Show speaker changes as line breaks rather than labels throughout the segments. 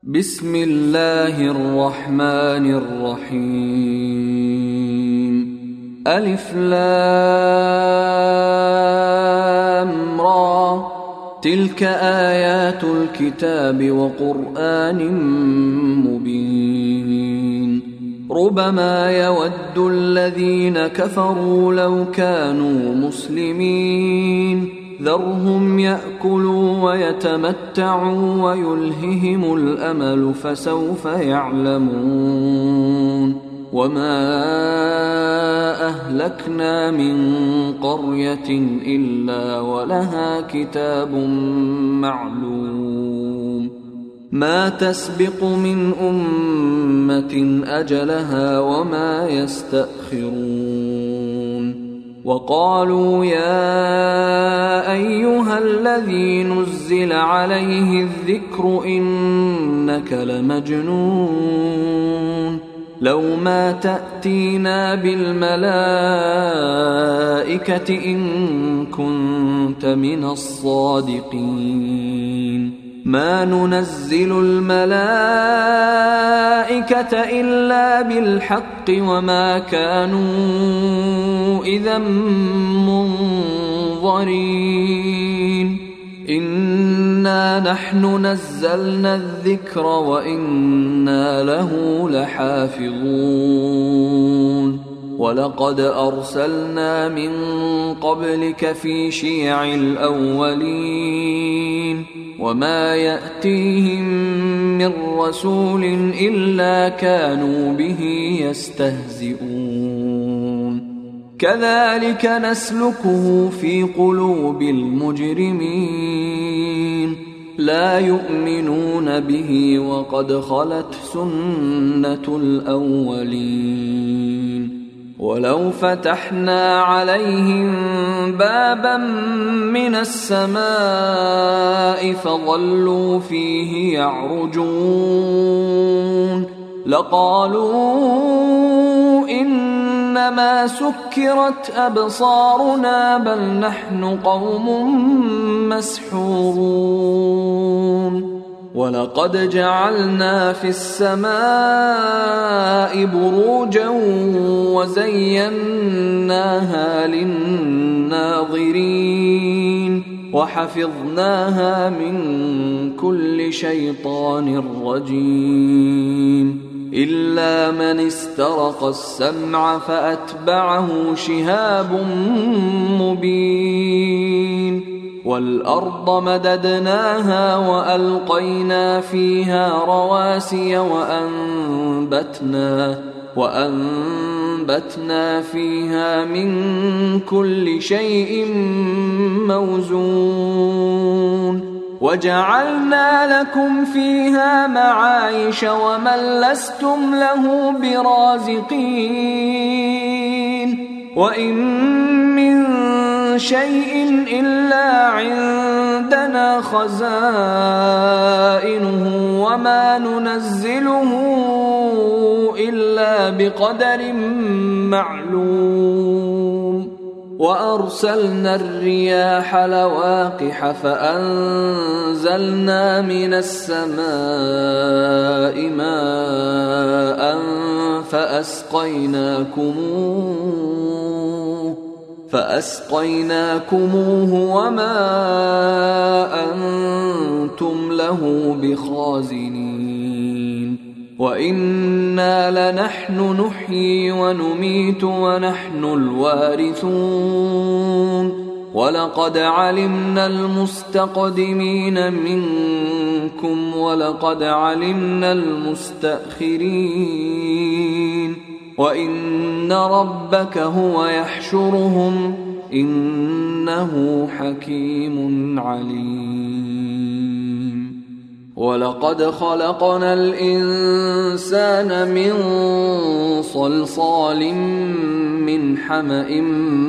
بسم الله الرحمن الرحيم. ألف لام را، تلك آيات الكتاب وقرآن مبين. ربما يود الذين كفروا لو كانوا مسلمين، ذرهم يأكلوا ويتمتعوا ويلههم الأمل فسوف يعلمون. وما أهلكنا من قرية إلا ولها كتاب معلوم، ما تسبق من أمة أجلها وما يستأخرون. وقالوا يا أيها الذي نزل عليه الذكر إنك لمجنون، لو ما تأتينا بالملائكة إن كنت من الصادقين. ما ننزل الملائكة إلا بالحق وما كانوا إذا منظرين. إنا نحن نزلنا الذكر وإنا له لحافظون. ولقد أرسلنا من قبلك في شيع الأولين، وما يأتيهم من رسول إلا كانوا به يستهزئون. كذلك نسلكه في قلوب المجرمين، لا يؤمنون به وقد خلت سنة الأولين. ولو فتحنا عليهم بابا من السماء فظلوا فيه يعرجون لقالوا إنما سكرت أبصارنا بل نحن قوم مسحورون. ولقد جعلنا في السماء بروجا وزيناها للناظرين وحفظناها من كل شيطان رجيم، إلا من استرق السمع فأتبعه شهاب مبين. والأرض مددناها وألقينا فيها رواسي وأنبتنا فيها من كل شيء موزون. وجعلنا لكم فيها معايش ومن لستم له برازقين. وإن من شيء إلا عندنا خزائنه وما ننزله إلا بقدر معلوم. وأرسلنا الرياح لواقح فأنزلنا من السماء ماء فأسقيناكموه وما أنتم له بخازنين. وإنا لنحن نحيي ونميت ونحن الوارثون. ولقد علمنا المستقدمين منكم ولقد علمنا المستأخرين. وإن ربك هو يحشرهم إنه حكيم عليم. ولقد خلقنا الإنسان من صلصال من حمأ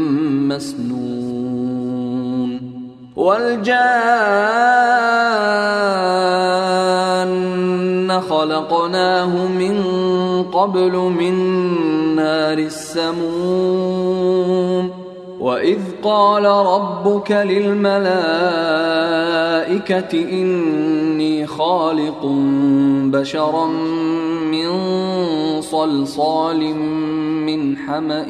مسنون. والجان خلقناه من قبل من نار السموم. وإذ قال ربك للملائكة إني خالق بشرا من صلصال من حمأ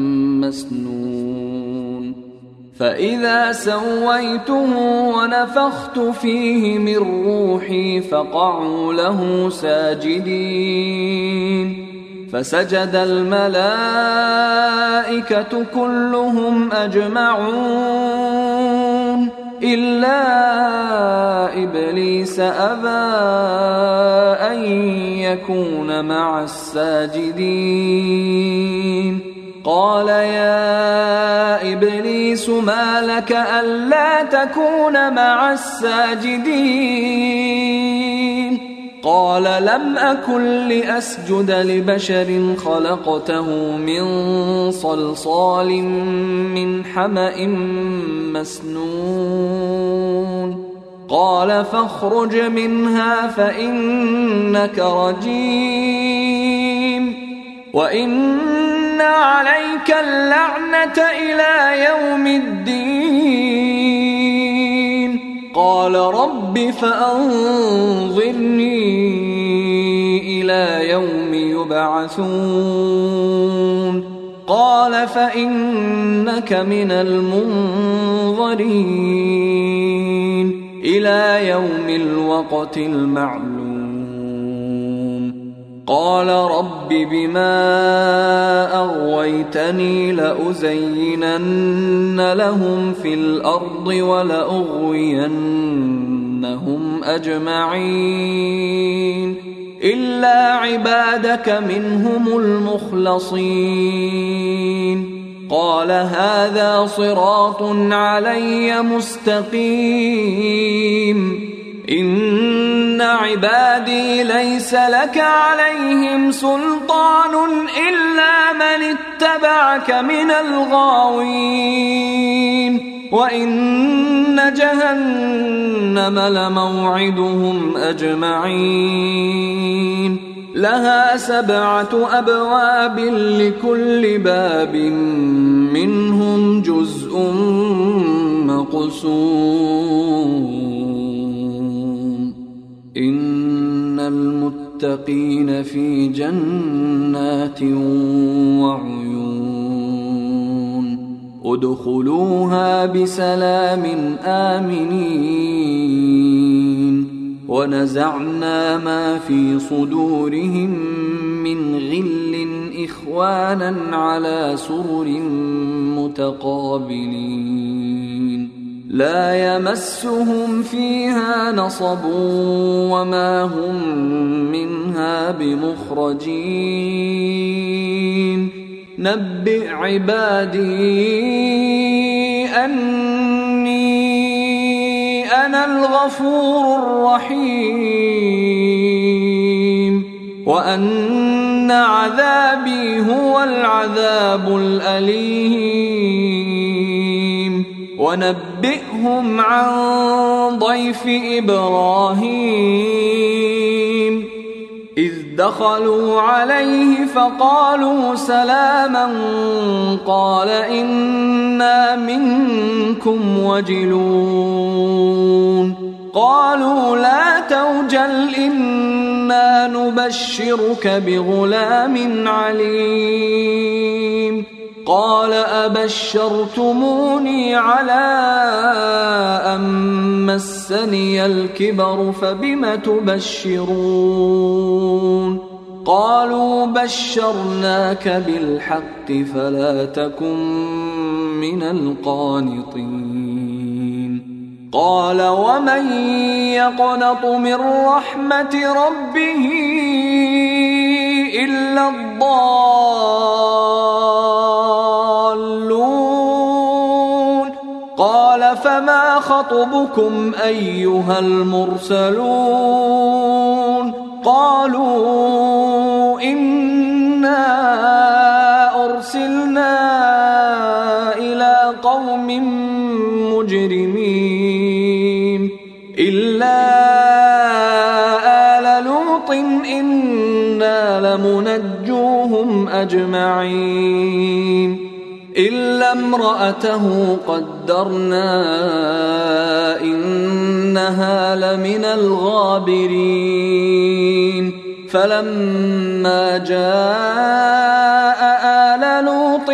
مسنون فإذا سويته ونفخت فيه من روحي فقعوا له ساجدين فسجد الملائكة كلهم أجمعون إلا إبليس أبى أن يكون مع الساجدين قال يا إبليس ما لك ألا تكون مع الساجدين قال لم أكن لأسجد لبشر خلقته من صلصال من حمأ مسنون قال فاخرج منها فإنك رجيم وإن عليك اللعنة إلى يوم الدين قال رب فأنظرني إلى يوم يبعثون قال فإنك من المنظرين إلى يوم الوقت المعلوم قال رب بما أغويتني لأزينن لهم في الأرض ولأغوينهم أجمعين إلا عبادك منهم المخلصين قال هذا صراط علي مستقيم إن عبادي ليس لك عليهم سلطان إلا من اتبعك من الغاوين وإن جهنم لموعدهم أجمعين لها 7 أبواب لكل باب منهم جزء مقسوم إن المتقين في جنات وعيون ادخلوها بسلام آمنين ونزعنا ما في صدورهم من غل إخوانا على سرر متقابلين لا يمسهم فيها نصب وما هم منها بمخرجين نبئ عبادي أني أنا الغفور الرحيم وأن عذابي هو العذاب الأليم ونبئهم عن ضيف إبراهيم إذ دخلوا عليه فقالوا سلاما قال إنا منكم وجلون قالوا لا توجل إنا نبشرك بغلام عليم قال أبشرتموني على أن مسني الكبر فبم تبشرون قالوا بشرناك بالحق فلا تكن من القانطين قال ومن يقنط من رحمة ربه إلا الضالون قال فما خطبكم أيها المرسلون قالوا إنا أرسلنا إلى قوم مجرمين إلا آل لوط إنا لمنجوهم أجمعين إلا امرأته قدرنا إنها لمن الغابرين فلما جاء آل لوط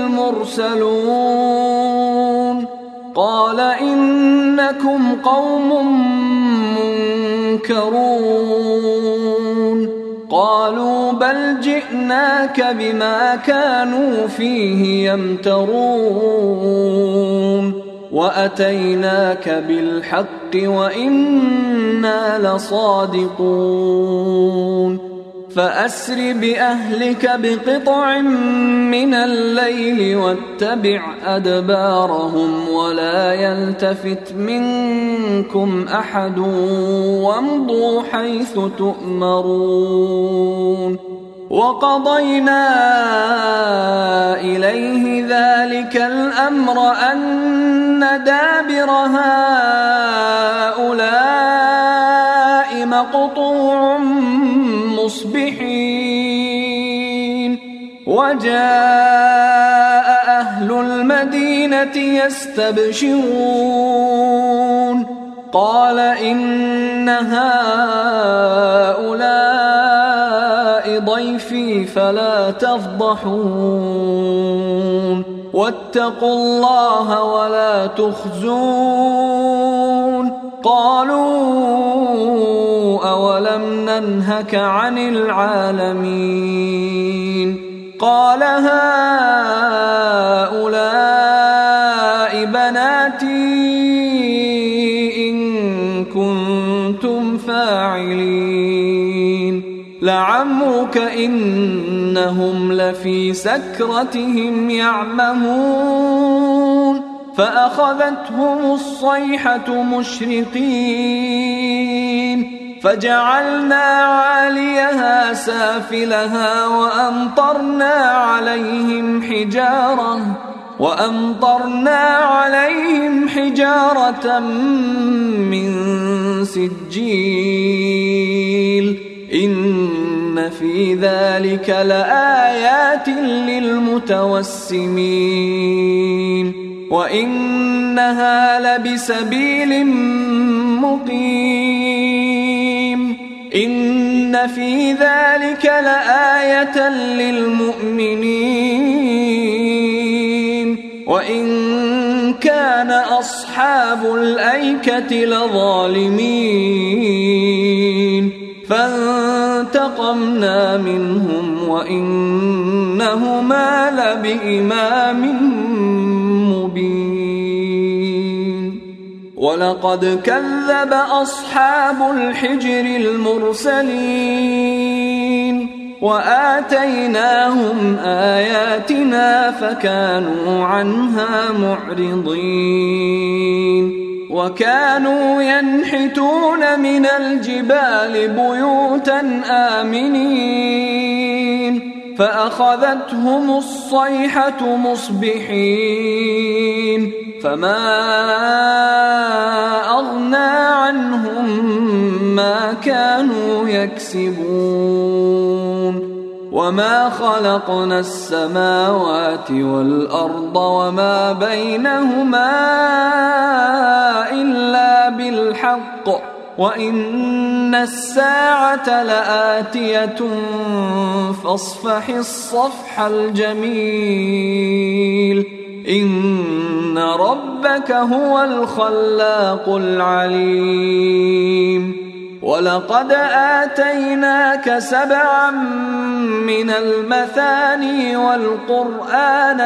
المرسلون قال إنكم قوم منكرون قالوا بل جئناك بما كانوا فيه يمترون وأتيناك بالحق وإنا لصادقون فأسر بأهلك بقطع من الليل واتبع أدبارهم ولا يلتفت منكم أحد وامضوا حيث تؤمرون وقضينا إليه ذلك الأمر أن دابر هؤلاء مقطوع مصبحين وجاء أهل المدينة يستبشرون قال إن هؤلاء ضيفي فلا تفضحون واتقوا الله ولا تخزون قالوا أولم ننهك عن العالمين قال هؤلاء بناتي إن كنتم فاعلين لعمرك إنهم لفي سكرتهم يعمهون فأخذتهم الصيحة مشرقين فجعلنا عاليها سافلها وأمطرنا عليهم حجارة من سجيل إن في ذلك لآيات للمتوسمين وإنها لبسبيل مقيم إن في ذلك لآية للمؤمنين وإن كان أصحاب الأيكة لظالمين فانتقمنا منهم وإنهما لبإمام مبين ولقد كذب أصحاب الحجر المرسلين وآتيناهم آياتنا فكانوا عنها معرضين وكانوا ينحتون من الجبال بيوتا آمنين فأخذتهم الصيحة مصبحين فما أغنى عنهم ما كانوا يكسبون وما خلقنا السماوات والأرض وما بينهما إلا بالحق وإن الساعة لآتية فاصفح الصفح الجميل إن ربك هو الخلاق العليم ولقد آتيناك 7 من المثاني والقرآن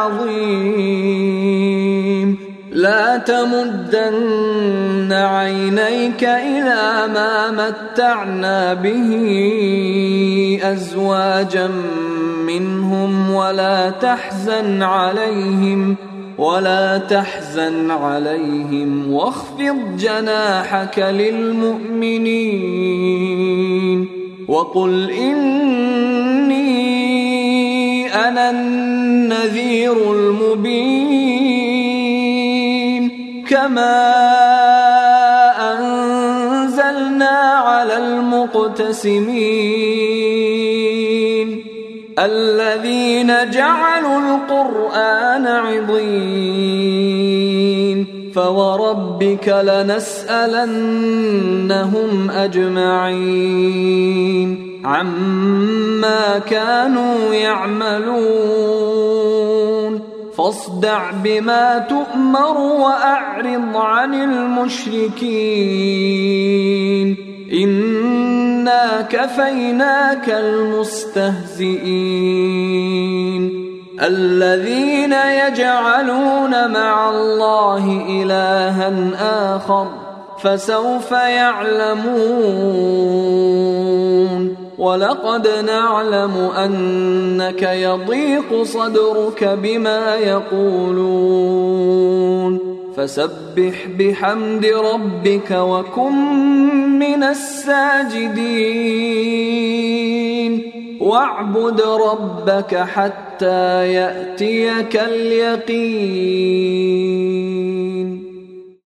العظيم لا تمدن عينيك إلى ما متعنا به أزواجا منهم ولا تحزن عليهم واخفض جناحك للمؤمنين وقل إني أنا النذير المبين كما أنزلنا على المقتسمين الذين جعلوا القرآن عضين فوربك لنسألنهم أجمعين عما كانوا يعملون فاصدع بما تؤمر وأعرض عن المشركين إنا كفيناك المستهزئين الذين يجعلون مع الله إلها آخر فسوف يعلمون ولقد نعلم أنك يضيق صدرك بما يقولون فسبح بحمد ربك وكن من الساجدين واعبد ربك حتى يأتيك اليقين.